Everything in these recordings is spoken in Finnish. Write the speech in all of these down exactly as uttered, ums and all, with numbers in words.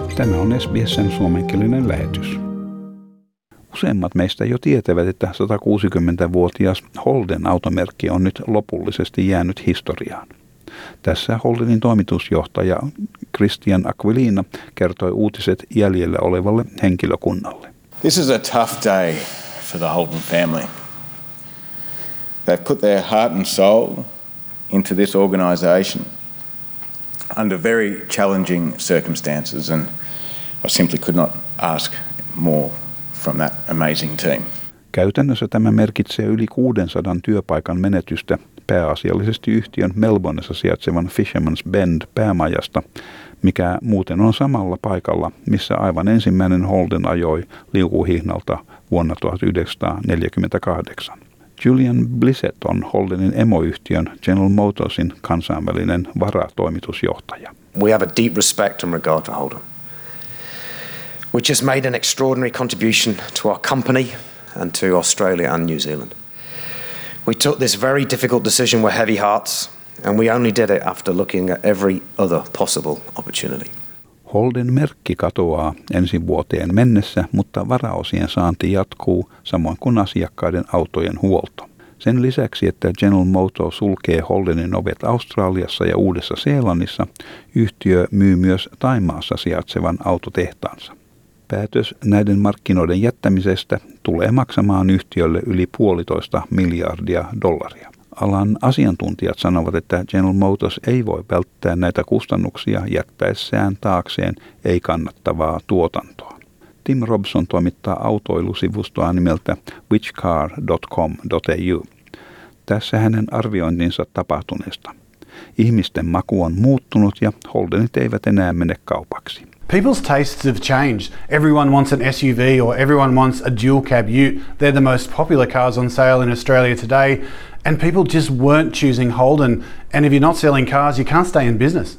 Tämä on S B S:n suomenkielinen lähetys. Useimmat meistä jo tietävät, että satakuusikymmentävuotias Holden-automerkki on nyt lopullisesti jäänyt historiaan. Tässä Holdenin toimitusjohtaja Christian Aquilina kertoi uutiset jäljellä olevalle henkilökunnalle. This is a tough day for the Holden family. They've put their heart and soul into this organisation under very challenging circumstances, and I simply could not ask more from that amazing team. Käytännössä tämä merkitsee yli kuudensadan työpaikan menetystä pääasiallisesti yhtiön Melbourneissa sijaitsevan Fisherman's Bend päämajasta, mikä muuten on samalla paikalla, missä aivan ensimmäinen Holden ajoi liukuhihnalta vuonna tuhatyhdeksänsataaneljäkymmentäkahdeksan. Julian Blissett on Holdenin emoyhtiön General Motorsin kansainvälinen varatoimitusjohtaja. We have a deep respect and regard for Holden, which has made an extraordinary contribution to our company and to Australia and New Zealand. We took this very difficult decision with heavy hearts, and we only did it after looking at every other possible opportunity. Holden merkki katoaa ensi vuoteen mennessä, mutta varaosien saanti jatkuu, samoin kuin asiakkaiden autojen huolto. Sen lisäksi, että General Motors sulkee Holdenin ovet Australiassa ja Uudessa-Seelannissa, yhtiö myy myös Thaimaassa sijaitsevan autotehtaansa. Päätös näiden markkinoiden jättämisestä tulee maksamaan yhtiölle yli puolitoista miljardia dollaria. Alan asiantuntijat sanovat, että General Motors ei voi välttää näitä kustannuksia jättäessään taakseen ei kannattavaa tuotantoa. Tim Robson toimittaa autoilusivustoa nimeltä which car dot com dot a u. Tässä hänen arviointinsa tapahtuneesta. Ihmisten maku on muuttunut ja Holdenit eivät enää mene kaupaksi. People's tastes have changed. Everyone wants an S U V or everyone wants a dual cab ute. They're the most popular cars on sale in Australia today, and people just weren't choosing Holden. And if you're not selling cars, you can't stay in business.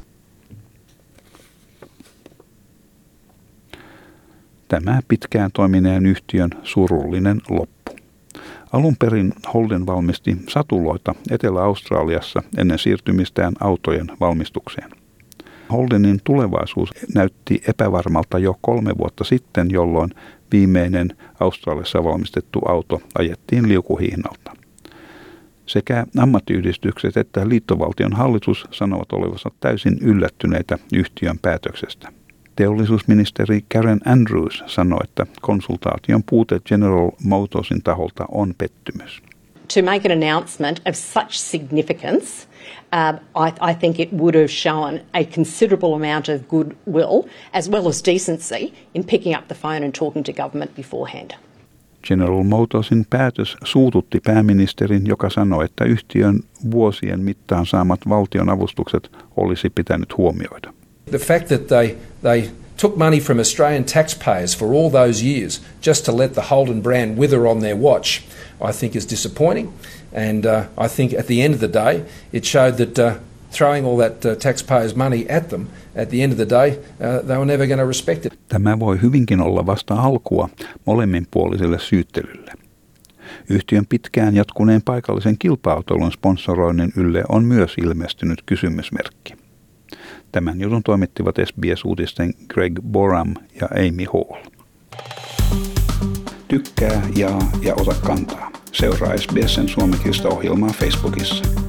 Tämä pitkään toimineen yhtiön surullinen loppu. Alun perin Holden valmisti satuloita Etelä-Australiassa ennen siirtymistään autojen valmistukseen. Holdenin tulevaisuus näytti epävarmalta jo kolme vuotta sitten, jolloin viimeinen Australiassa valmistettu auto ajettiin liukuhihnalta. Sekä ammattiyhdistykset että liittovaltion hallitus sanovat olevansa täysin yllättyneitä yhtiön päätöksestä. Teollisuusministeri Karen Andrews sanoi, että konsultaation puute General Motorsin taholta on pettymys. To make an announcement of such significance, uh, I, I think it would have shown a considerable amount of goodwill as well as decency in picking up the phone and talking to government beforehand. General Motorsin päätös suututti pääministerin, joka sanoi, että yhtiön vuosien mittaan saamat valtion avustukset olisi pitänyt huomioida. The fact that they they took money from Australian taxpayers for all those years just to let the Holden brand wither on their watch, I think is disappointing. And uh, I think at the end of the day, it showed that uh, throwing all that uh, taxpayers' money at them, at the end of the day, uh, they were never going to respect it. Tämä voi hyvinkin olla vasta alkua molemminpuoliselle syyttelylle. Yhtiön pitkään jatkuneen paikallisen kilpa-autoilun sponsoroinnin ylle on myös ilmestynyt kysymysmerkki. Tämän jutun toimittivat S B S-uutisten Greg Boram ja Amy Hall. Tykkää, jaa ja ota kantaa. Seuraa S B S:n suomenkielistä ohjelmaa Facebookissa.